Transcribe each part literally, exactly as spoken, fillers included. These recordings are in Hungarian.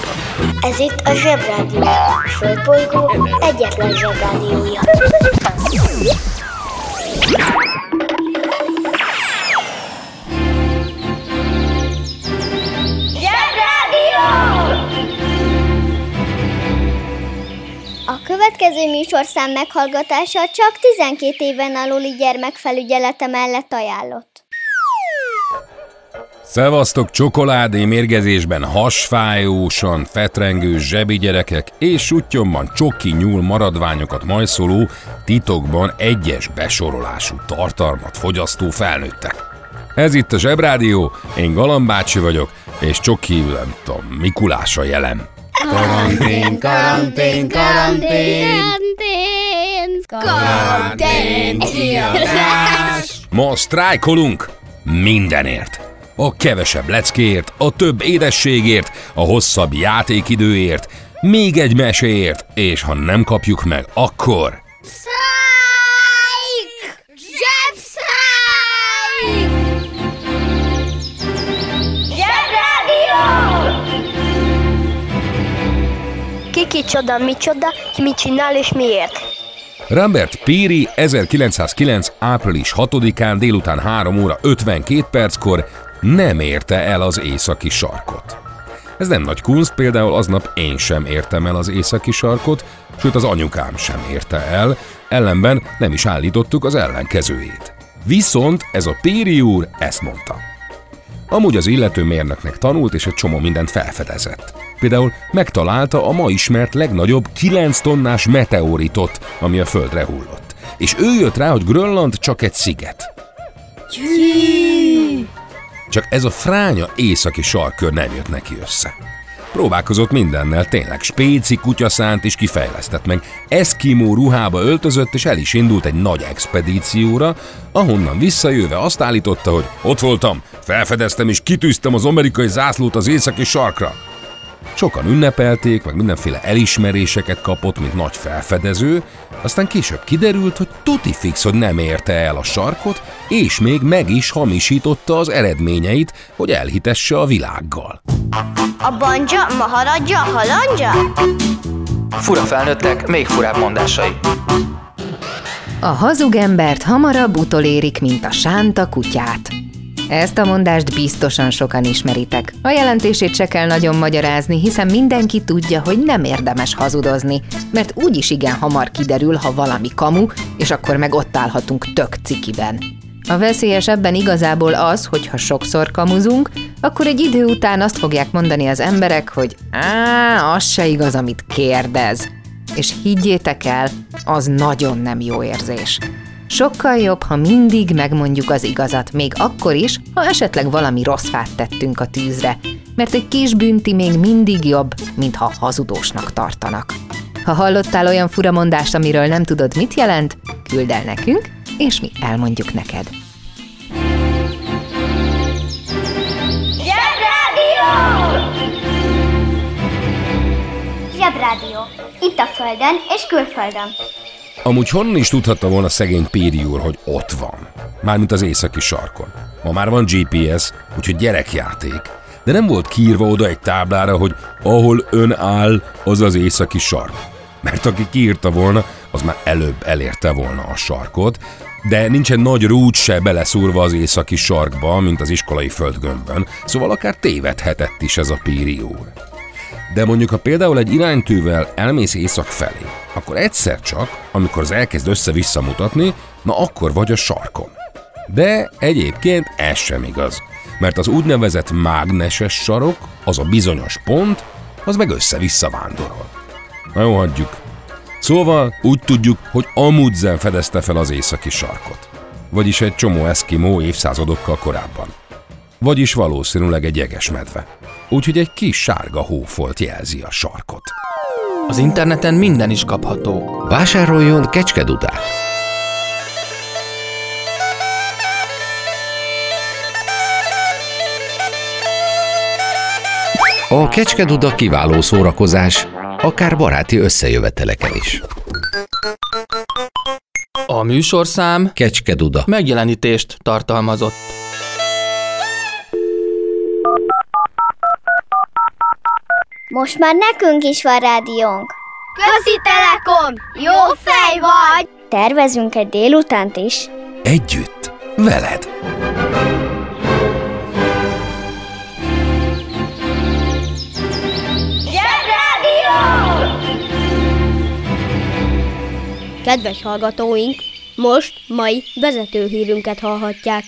Ez itt a Zsebrádió, a Földbolygó egyetlen Zsebrádiója. Zsebrádió! A következő műsorszám meghallgatása csak tizenkét éven aluli gyermekfelügyelete mellett ajánlott. Szevasztok, csokoládé mérgezésben hasfájósan fetrengő zsebi gyerekek és suttyomban csoki nyúl maradványokat majszoló, titokban egyes besorolású tartalmat fogyasztó felnőttek. Ez itt a Zsebrádió, én Galamb bácsi vagyok, és csoki, nem tudom, Mikulás a jelem. Karantén, karantén, karantén, karantén, kiadás. Ma sztrájkolunk mindenért. A kevesebb leckéért, a több édességért, a hosszabb játékidőért, még egy meséért, és ha nem kapjuk meg, akkor... Sztrájk! Zsebsztrájk! Zsebrádió! Ki kicsoda, micsoda, ki mit csinál és miért? Rambert Peary ezerkilencszázkilenc. április hatodikán délután három óra ötvenkét perckor nem érte el az északi sarkot. Ez nem nagy kunst, például aznap én sem értem el az északi sarkot, sőt az anyukám sem érte el, ellenben nem is állítottuk az ellenkezőjét. Viszont ez a Peary úr ezt mondta. Amúgy az illető mérnöknek tanult, és egy csomó mindent felfedezett. Például megtalálta a ma ismert legnagyobb kilenc tonnás meteoritot, ami a Földre hullott. És ő jött rá, hogy Grönland csak egy sziget. Jé! Csak ez a fránya északi sarkkör nem jött neki össze. Próbálkozott mindennel, tényleg spéci kutyaszánt is kifejlesztett meg, eszkimó ruhába öltözött, és el is indult egy nagy expedícióra, ahonnan visszajöve azt állította, hogy ott voltam, felfedeztem és kitűztem az amerikai zászlót az északi sarkra. Sokan ünnepelték, meg mindenféle elismeréseket kapott, mint nagy felfedező, aztán később kiderült, hogy tuti fix, hogy nem érte el a sarkot, és még meg is hamisította az eredményeit, hogy elhitesse a világgal. A banja, maharadja, halandja? Fura felnőttek, még furább mondásai. A hazug embert hamarabb utolérik, mint a sánta kutyát. Ezt a mondást biztosan sokan ismeritek. A jelentését se kell nagyon magyarázni, hiszen mindenki tudja, hogy nem érdemes hazudozni, mert úgyis igen hamar kiderül, ha valami kamu, és akkor meg ott állhatunk tök cikiben. A veszélyes ebben igazából az, hogy ha sokszor kamuzunk, akkor egy idő után azt fogják mondani az emberek, hogy á, az se igaz, amit kérdez. És higgyétek el, az nagyon nem jó érzés. Sokkal jobb, ha mindig megmondjuk az igazat, még akkor is, ha esetleg valami rossz fát tettünk a tűzre, mert egy kis bünti még mindig jobb, mint ha hazudósnak tartanak. Ha hallottál olyan furamondást, amiről nem tudod, mit jelent, küldd el nekünk, és mi elmondjuk neked. Zsebrádió! Zsebrádió. Itt a Földön és külföldön. Amúgy honnan is tudhatta volna szegény Peary úr, hogy ott van? Mármint az északi sarkon. Ma már van gé pé es, úgyhogy gyerekjáték. De nem volt kiírva oda egy táblára, hogy ahol ön áll, az az északi sark. Mert aki kiírta volna, az már előbb elérte volna a sarkot, de nincsen nagy rúd se beleszúrva az északi sarkba, mint az iskolai földgömbön, szóval akár tévedhetett is ez a Peary úr. De mondjuk, ha például egy iránytűvel elmész észak felé, akkor egyszer csak, amikor az elkezd össze-vissza mutatni, na akkor vagy a sarkon. De egyébként ez sem igaz, mert az úgynevezett mágneses sarok, az a bizonyos pont, az meg össze-vissza vándorol. Na jó, hagyjuk. Szóval úgy tudjuk, hogy Amundsen fedezte fel az északi sarkot. Vagyis egy csomó eszkimó évszázadokkal korábban. Vagyis valószínűleg egy jegesmedve. Úgyhogy egy kis sárga hófolt jelzi a sarkot. Az interneten minden is kapható. Vásároljon Kecskedudát! A Kecskeduda kiváló szórakozás, akár baráti összejöveteleken is. A műsorszám Kecskeduda megjelenítést tartalmazott. Most már nekünk is van rádiónk. Köszi Telekom! Jó fej vagy! Tervezünk egy délutánt is. Együtt, veled! Kedves hallgatóink, most mai vezetőhírünket hallhatják.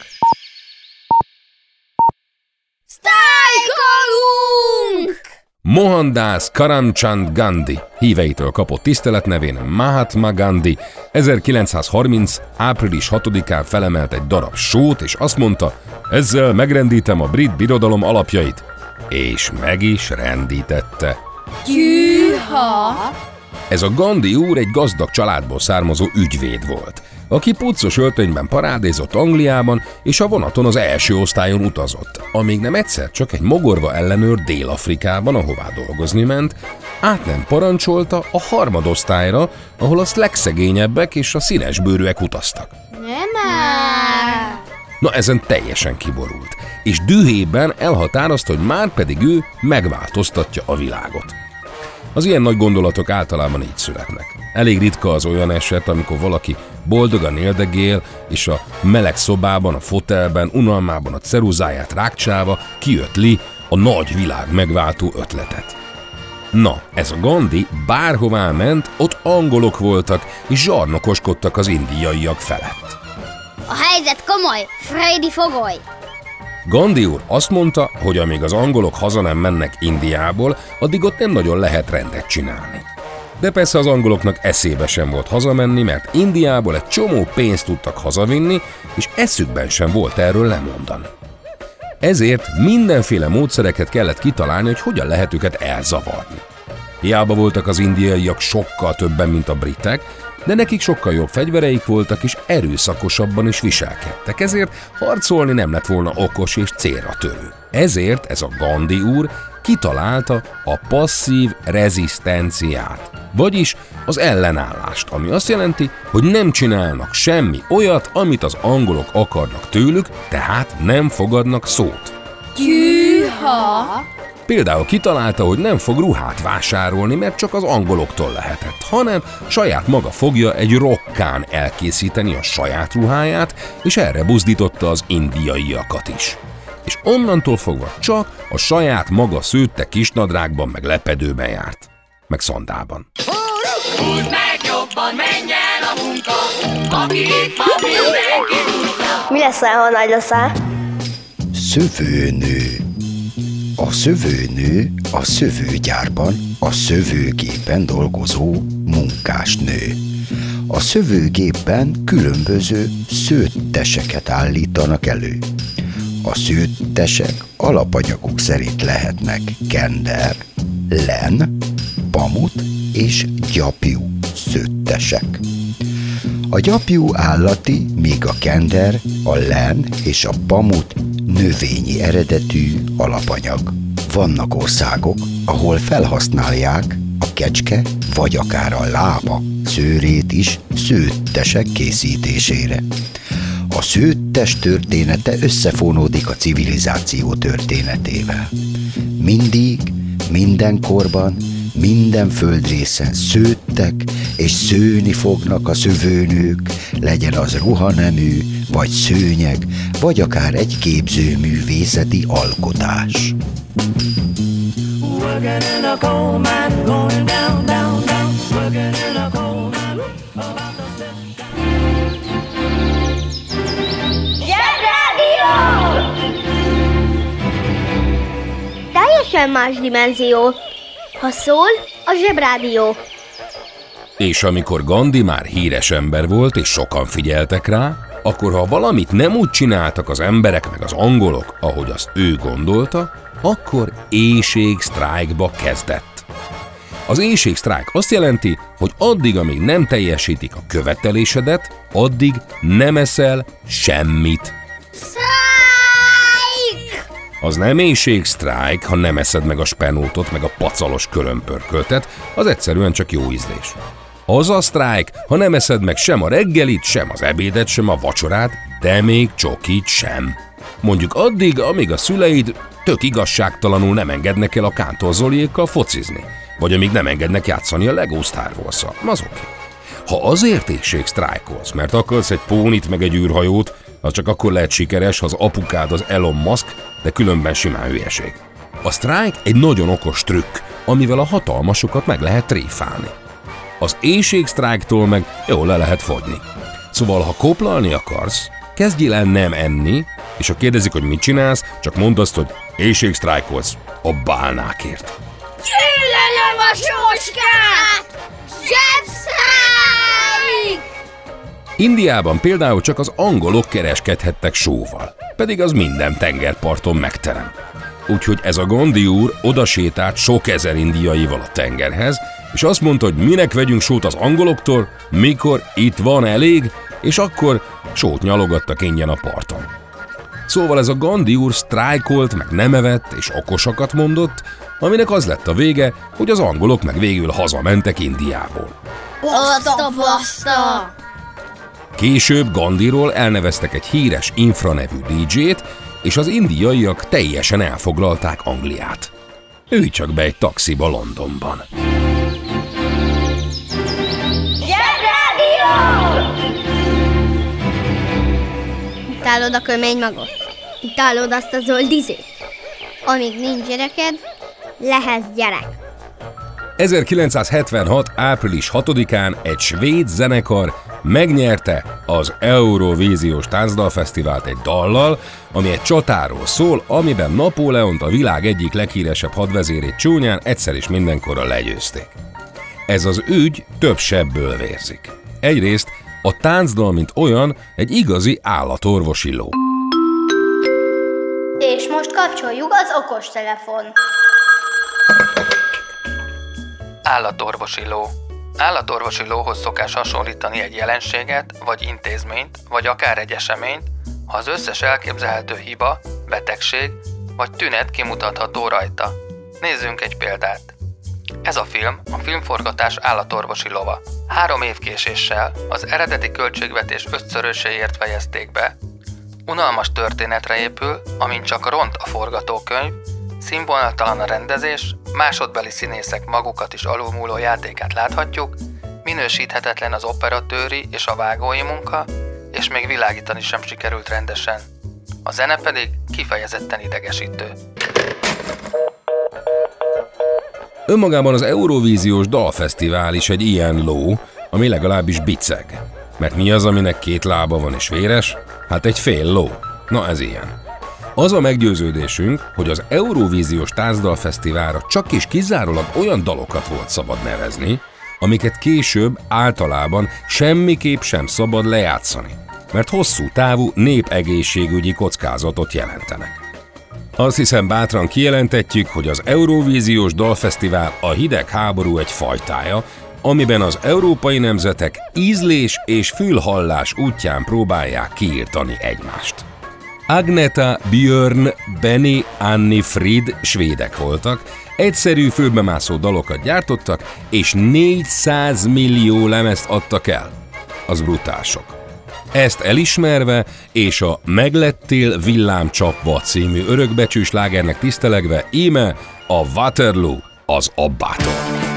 Sztrájkolunk! Mohandas Karamchand Gandhi híveitől kapott tiszteletnevén Mahatma Gandhi ezerkilencszázharminc. április hatodikán felemelt egy darab sót, és azt mondta, ezzel megrendítem a brit birodalom alapjait. És meg is rendítette. Gyűha! Ez a Gandhi úr egy gazdag családból származó ügyvéd volt, aki puccos öltönyben parádézott Angliában, és a vonaton az első osztályon utazott, amíg nem egyszer csak egy mogorva ellenőr Dél-Afrikában, ahová dolgozni ment, át nem parancsolta a harmadosztályra, ahol a legszegényebbek és a színesbőrűek utaztak. Nem áll! Na ezen teljesen kiborult, és dühében elhatározta, hogy már pedig ő megváltoztatja a világot. Az ilyen nagy gondolatok általában így születnek. Elég ritka az olyan eset, amikor valaki boldogan éldegél, és a meleg szobában, a fotelben, unalmában a ceruzáját rákcsálva kiötli a nagy világ megváltó ötletet. Na, ez a Gandhi bárhová ment, ott angolok voltak, és zsarnokoskodtak az indiaiak felett. A helyzet komoly, Freddy fogoly! Gandhi úr azt mondta, hogy amíg az angolok haza nem mennek Indiából, addig ott nem nagyon lehet rendet csinálni. De persze az angoloknak eszébe sem volt hazamenni, mert Indiából egy csomó pénzt tudtak hazavinni, és eszükben sem volt erről lemondani. Ezért mindenféle módszereket kellett kitalálni, hogy hogyan lehet őket elzavarni. Hiába voltak az indiaiak sokkal többen, mint a britek, de nekik sokkal jobb fegyvereik voltak, és erőszakosabban is viselkedtek, ezért harcolni nem lett volna okos és célra törő. Ezért ez a Gandhi úr kitalálta a passzív rezisztenciát, vagyis az ellenállást, ami azt jelenti, hogy nem csinálnak semmi olyat, amit az angolok akarnak tőlük, tehát nem fogadnak szót. Gyűha! Például kitalálta, hogy nem fog ruhát vásárolni, mert csak az angoloktól lehetett, hanem saját maga fogja egy rokkán elkészíteni a saját ruháját, és erre buzdította az indiaiakat is. És onnantól fogva csak a saját maga szőtte kisnadrágban meg lepedőben járt, meg szandában. Húzd meg jobban, menjen a munka, aki itt van, mindenki húzza. Mi leszel, ha nagy leszel? Szövőnő. A szövőnő a szövőgyárban, a szövőgépen dolgozó munkásnő. A szövőgépben különböző szőtteseket állítanak elő. A szőttesek alapanyaguk szerint lehetnek kender, len, pamut és gyapjú szőttesek. A gyapjú állati, míg a kender, a len és a pamut növényi eredetű alapanyag. Vannak országok, ahol felhasználják a kecske vagy akár a lába szőrét is szőttesek készítésére. A szőttes története összefonódik a civilizáció történetével. Mindig, mindenkorban, minden földrészen szőttek és szőni fognak a szövőnők, legyen az ruhanemű, vagy szőnyeg, vagy akár egy képzőművészeti alkotás. Teljesen más dimenzió. Ha szól, a Zsebrádió. És amikor Gandhi már híres ember volt, és sokan figyeltek rá, akkor ha valamit nem úgy csináltak az emberek meg az angolok, ahogy azt ő gondolta, akkor éjségsztrájkba kezdett. Az éjségsztrájk azt jelenti, hogy addig, amíg nem teljesítik a követelésedet, addig nem eszel semmit. Az nem éjségsztrájk, ha nem eszed meg a spenótot, meg a pacalos körömpörköltet, az egyszerűen csak jó ízlés. Az a sztrájk, ha nem eszed meg sem a reggelit, sem az ebédet, sem a vacsorát, de még csokit sem. Mondjuk addig, amíg a szüleid tök igazságtalanul nem engednek el a Kántor Zoliékkal focizni, vagy amíg nem engednek játszani a Lego Star Wars-szal, az oké. Ha azért éhségsztrájkolsz, mert akarsz egy pónit meg egy űrhajót, az csak akkor lehet sikeres, ha az apukád az Elon Musk, de különben simán hülyeség. A sztrájk egy nagyon okos trükk, amivel a hatalmasokat meg lehet tréfálni. Az éhségsztrájktól meg jól le lehet fogyni. Szóval, ha koplalni akarsz, kezdjél el nem enni, és ha kérdezik, hogy mit csinálsz, csak mondd azt, hogy éhségsztrájkolsz a bálnákért. Gyűlölöm a sóskát! Zsebsztrájk! Indiában például csak az angolok kereskedhettek sóval, pedig az minden tengerparton megterem. Úgyhogy ez a Gandhi úr odasétált sok ezer indiaival a tengerhez, és azt mondta, hogy minek vegyünk sót az angoloktól, mikor itt van elég, és akkor sót nyalogattak ingyen a parton. Szóval ez a Gandhi úr sztrájkolt, meg nem evett, és okosakat mondott, aminek az lett a vége, hogy az angolok meg végül hazamentek Indiából. Baszta, baszta! Később Gandhiról elneveztek egy híres Infra nevű dé dzsét, és az indiaiak teljesen elfoglalták Angliát. Ülj csak be egy taxiba Londonban. Zsebrádió! Utálod a kömény magot? Utálod azt a zöld izét? Amíg nincs gyereked, lehetsz gyerek. ezerkilencszázhetvenhat. április hatodikán egy svéd zenekar megnyerte az Eurovíziós Táncdalfesztivált egy dallal, ami egy csatáról szól, amiben Napóleont, a világ egyik leghíresebb hadvezérét csúnyán egyszer is mindenkorra legyőzték. Ez az ügy több sebből vérzik. Egyrészt a táncdal, mint olyan, egy igazi állatorvosi ló. És most kapcsoljuk az okostelefon. Állatorvosi ló. Állatorvosi lóhoz szokás hasonlítani egy jelenséget, vagy intézményt, vagy akár egy eseményt, ha az összes elképzelhető hiba, betegség vagy tünet kimutatható rajta. Nézzünk egy példát. Ez a film a filmforgatás állatorvosi lova. Három év késéssel az eredeti költségvetés ötszöröséért fejezték be. Unalmas történetre épül, amin csak ront a forgatókönyv, színvonaltalan a rendezés, másodbeli színészek magukat is alulmúló játékát láthatjuk, minősíthetetlen az operatőri és a vágói munka, és még világítani sem sikerült rendesen. A zene pedig kifejezetten idegesítő. Önmagában az Eurovíziós Dalfesztivál is egy ilyen ló, ami legalábbis biceg. Mert mi az, aminek két lába van és véres? Hát egy fél ló. Na ez ilyen. Az a meggyőződésünk, hogy az Eurovíziós Táncdalfesztiválra csak és kizárólag olyan dalokat volt szabad nevezni, amiket később általában semmiképp sem szabad lejátszani, mert hosszú távú népegészségügyi kockázatot jelentenek. Azt hiszem bátran kijelentetjük, hogy az Eurovíziós Dalfesztivál a hidegháború egy fajtája, amiben az európai nemzetek ízlés és fülhallás útján próbálják kiirtani egymást. Agneta, Björn, Benny, Anni, Frid svédek voltak, egyszerű főbemászó dalokat gyártottak, és négyszáz millió lemezt adtak el. Az brutál sok. Ezt elismerve, és a Meglettél villámcsapva című örökbecsű slágernek tisztelegve, íme a Waterloo az Abbától.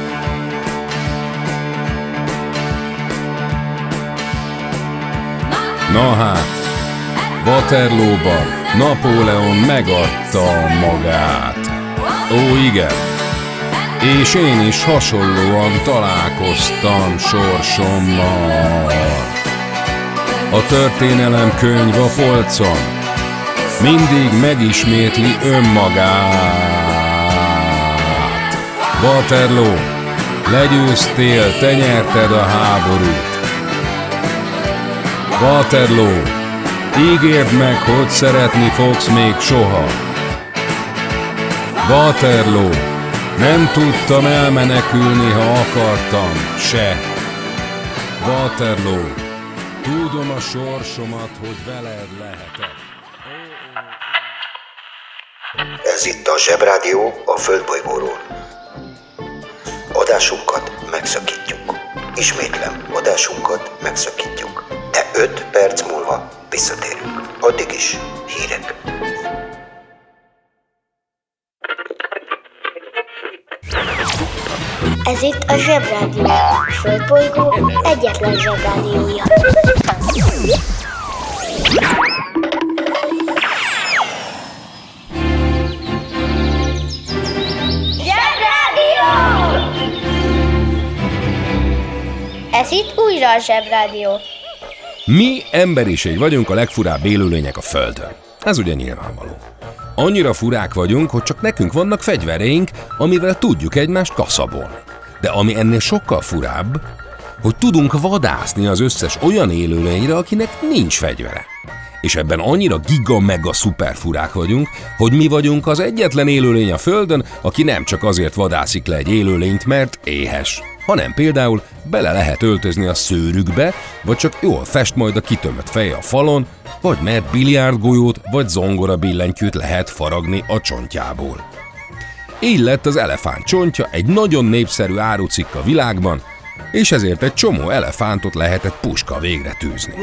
Na hát, Waterlooban Napóleon megadta magát. Ó, igen. És én is hasonlóan találkoztam sorsommal. A történelem könyv a polcon mindig megismétli önmagát. Waterloo, legyőztél, te nyerted a háborút. Waterloo, ígérd meg, hogy szeretni fogsz még soha. Waterloo, nem tudtam elmenekülni, ha akartam, se. Waterloo, tudom a sorsomat, hogy veled lehetek. Ez itt a Zsebrádió a Földbolygóról. Adásunkat megszakítjuk. Ismétlem, adásunkat megszakítjuk. De öt perc múlva visszatérünk. Addig is hírek. Ez itt a Zsebrádió, a Földbolygó egyetlen Zsebrádiója. Zsebrádió! Ez itt újra a Zsebrádió. Mi emberiség vagyunk a legfurább élőlények a Földön. Ez ugye nyilvánvaló. Annyira furák vagyunk, hogy csak nekünk vannak fegyvereink, amivel tudjuk egymást kaszabolni. De ami ennél sokkal furább, hogy tudunk vadászni az összes olyan élőlényre, akinek nincs fegyvere. És ebben annyira giga-mega szuper furák vagyunk, hogy mi vagyunk az egyetlen élőlény a Földön, aki nem csak azért vadászik le egy élőlényt, mert éhes, hanem például bele lehet öltözni a szőrükbe, vagy csak jól fest majd a kitömött feje a falon, vagy mert biliárdgolyót vagy zongora billentyűt lehet faragni a csontjából. Így lett az elefánt csontja egy nagyon népszerű árucikk a világban, és ezért egy csomó elefántot lehetett puska végre tűzni.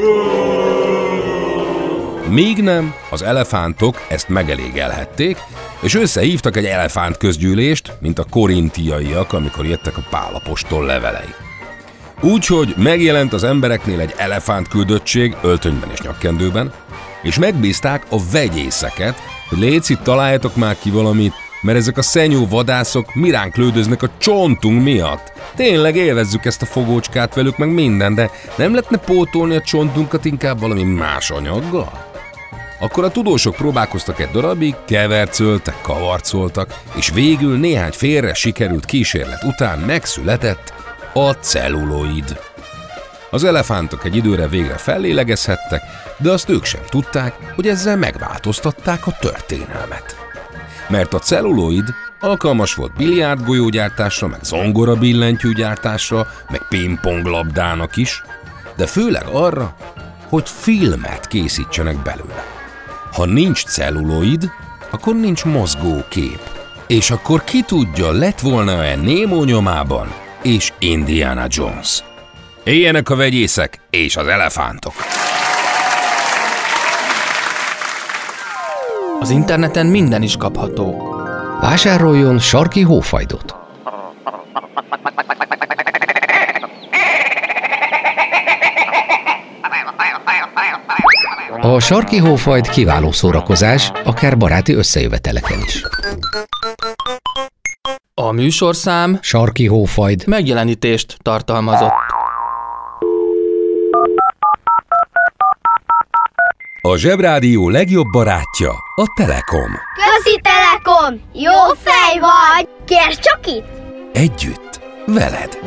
Míg nem, az elefántok ezt megelégelhették, és összehívtak egy elefánt közgyűlést, mint a korintiaiak, amikor jöttek a Pál apostol levelei. Úgyhogy megjelent az embereknél egy elefánt küldöttség öltönyben és nyakkendőben, és megbízták a vegyészeket, hogy léci, találjatok már ki valamit, mert ezek a szenyó vadászok miránk lődöznek a csontunk miatt. Tényleg élvezzük ezt a fogócskát velük, meg minden, de nem lehetne pótolni a csontunkat inkább valami más anyaggal? Akkor a tudósok próbálkoztak egy darabig, kevercöltek, kavarcoltak, és végül néhány félre sikerült kísérlet után megszületett a celluloid. Az elefántok egy időre végre fellélegezhettek, de azt ők sem tudták, hogy ezzel megváltoztatták a történelmet. Mert a celluloid alkalmas volt biliárdgolyógyártásra, meg zongora billentyűgyártásra, meg pingponglabdának is, de főleg arra, hogy filmet készítsenek belőle. Ha nincs celluloid, akkor nincs mozgókép. És akkor ki tudja, lett volna-e Nemo nyomában és Indiana Jones. Éljenek a vegyészek és az elefántok! Az interneten minden is kapható. Vásároljon sarki hófajdot. A sarki hófajd kiváló szórakozás, akár baráti összejöveteleken is. A műsorszám sarki hófajd megjelenítést tartalmazott. A Zsebrádió legjobb barátja a Telekom. Köszi Telekom! Jó fej vagy! Kérd csak itt! Együtt, veled!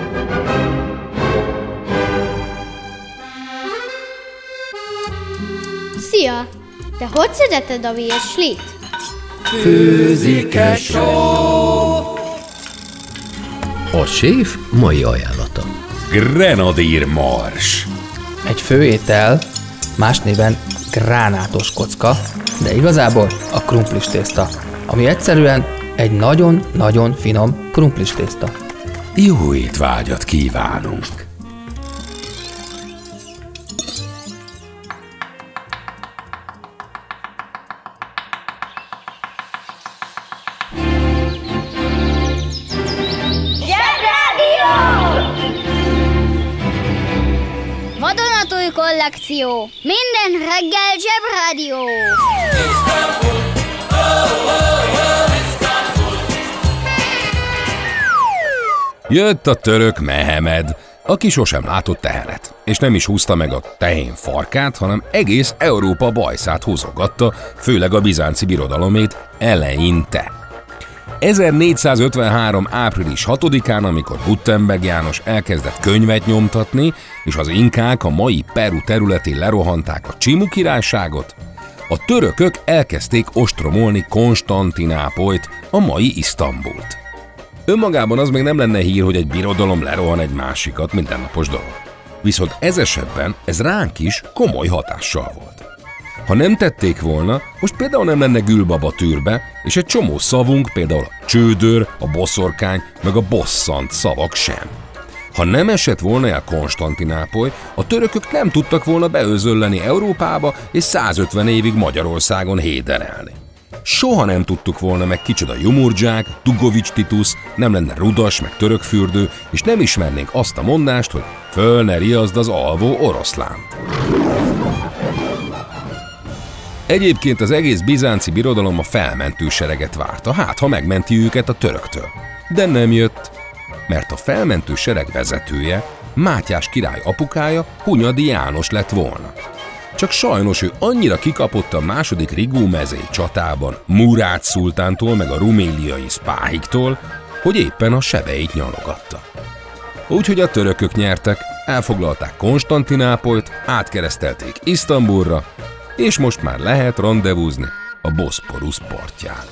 Szia! Te hogy szereted a virslit? Főzik-e só? A séf mai ajánlata. Grenadír mars. Egy főétel, más néven gránátos kocka, de igazából a krumplis tészta, ami egyszerűen egy nagyon-nagyon finom krumplis tészta. Jó étvágyat kívánunk! Vadonatúj kollekció! Minden reggel Zsebrádió! Jött a török Mehemed, aki sosem látott tehenet, és nem is húzta meg a tehén farkát, hanem egész Európa bajszát húzogatta, főleg a bizánci birodalomét eleinte. ezernégyszázötvenhárom. április hatodikán, amikor Gutenberg János elkezdett könyvet nyomtatni, és az inkák a mai Peru területén lerohanták a Csimu királyságot, a törökök elkezdték ostromolni Konstantinápolyt, a mai Isztambult. Önmagában az még nem lenne hír, hogy egy birodalom lerohan egy másikat, mindennapos dolog. Viszont ez esetben ez ránk is komoly hatással volt. Ha nem tették volna, most például nem lenne Gülbaba Türbe, és egy csomó szavunk, például a csődör, a boszorkány, meg a bosszant szavak sem. Ha nem esett volna el Konstantinápoly, a törökök nem tudtak volna beözölleni Európába és százötven évig Magyarországon héderelni. soha nem tudtuk volna meg kicsoda Jumurdzsák, Dugovics Titus, nem lenne Rudas, meg Törökfürdő, és nem ismernénk azt a mondást, hogy föl ne riaszd az alvó oroszlánt. Egyébként az egész bizánci birodalom a felmentő sereget várta, hát ha megmenti őket a töröktől. De nem jött, mert a felmentő sereg vezetője, Mátyás király apukája, Hunyadi János lett volna. Csak sajnos ő annyira kikapott a második Rigó mezei csatában Murád szultántól meg a ruméliai Spáhiktól, hogy éppen a sebeit nyalogatta. Úgyhogy a törökök nyertek, elfoglalták Konstantinápolyt, átkeresztelték Isztambulra, és most már lehet randevúzni a Boszporusz partján.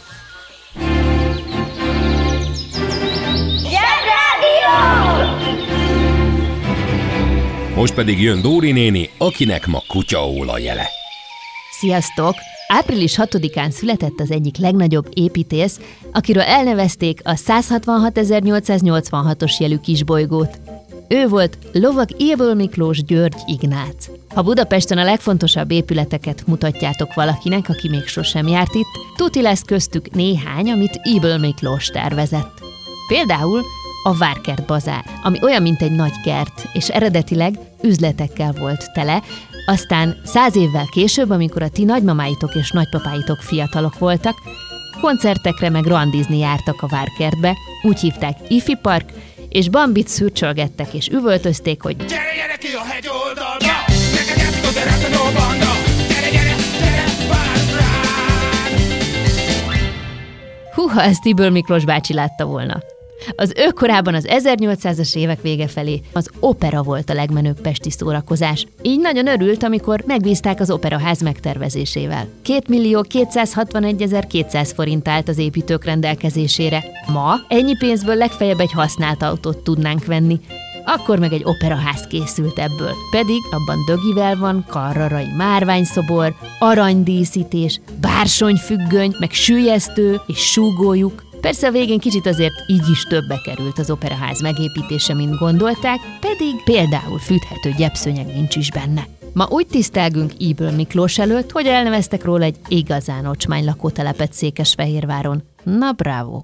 Most pedig jön Dóri néni, akinek ma kutyaóla jele. Sziasztok! április hatodikán született az egyik legnagyobb építész, akiről elnevezték a száz hatvanhatezer-nyolcszáznyolcvanhatos jelű kisbolygót. Ő volt Lovag Ybl Miklós György Ignác. Ha Budapesten a legfontosabb épületeket mutatjátok valakinek, aki még sosem járt itt, tuti lesz köztük néhány, amit Ybl Miklós tervezett. Például a Várkert bazár, ami olyan, mint egy nagy kert, és eredetileg üzletekkel volt tele, aztán száz évvel később, amikor a ti nagymamáitok és nagypapáitok fiatalok voltak, koncertekre meg randizni jártak a Várkertbe, úgy hívták Ifi Park, és Bambit szürcsölgettek és üvöltözték, hogy gyere, gyere ki a hegyoldalba, neked ezt tud a banda, gyere, gyere, gyere, várj rád! Húha, ezt Ybl Miklós bácsi látta volna. Az ő korában az ezernyolcszázas évek vége felé az opera volt a legmenőbb pesti szórakozás. Így nagyon örült, amikor megbízták az operaház megtervezésével. kétmillió kétszázhatvanegyezer-kétszáz forint állt az építők rendelkezésére. Ma ennyi pénzből legfeljebb egy használt autót tudnánk venni. Akkor meg egy operaház készült ebből. Pedig abban dögivel van, karrarai márványszobor, aranydíszítés, bársonyfüggöny, meg süllyesztő és súgójuk. Persze a végén kicsit azért így is többe került az operaház megépítése, mint gondolták, pedig például fűthető gyepszőnyeg nincs is benne. Ma úgy tisztelgünk Ybl Miklós előtt, hogy elneveztek róla egy igazán ocsmány lakótelepet Székesfehérváron. Na bravo!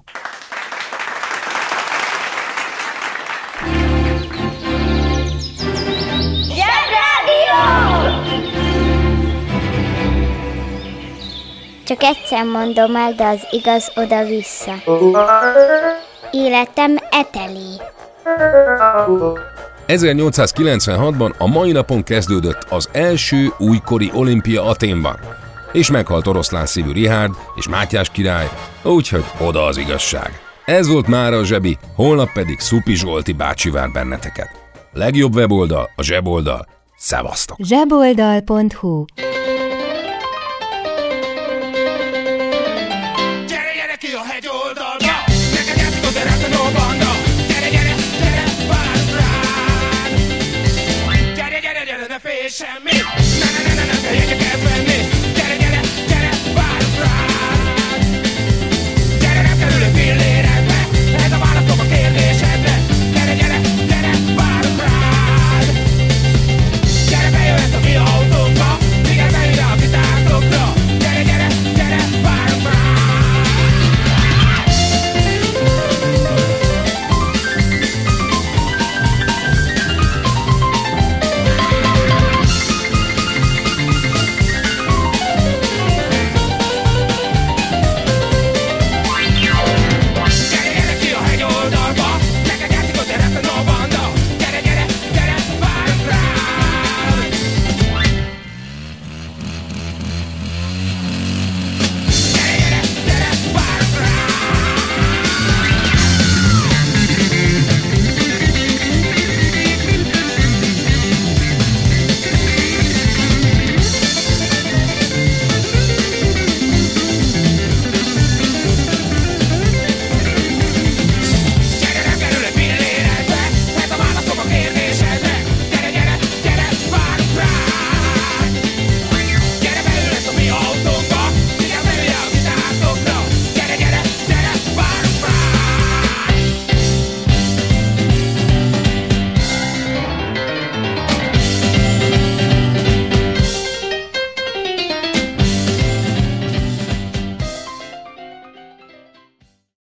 Csak egyszer mondom el, de az igaz oda-vissza. Életem eteli. ezernyolcszázkilencvenhatban a mai napon kezdődött az első újkori olimpia Athénban, és meghalt oroszlán szívű Richárd és Mátyás király, úgyhogy oda az igazság. Ez volt mára a zsebi, holnap pedig Szupi Zsolti bácsi vár benneteket. Legjobb weboldal, a zseboldal. Szevasztok! zseboldal pont hu Gyere, gyere ki a hegyoldal!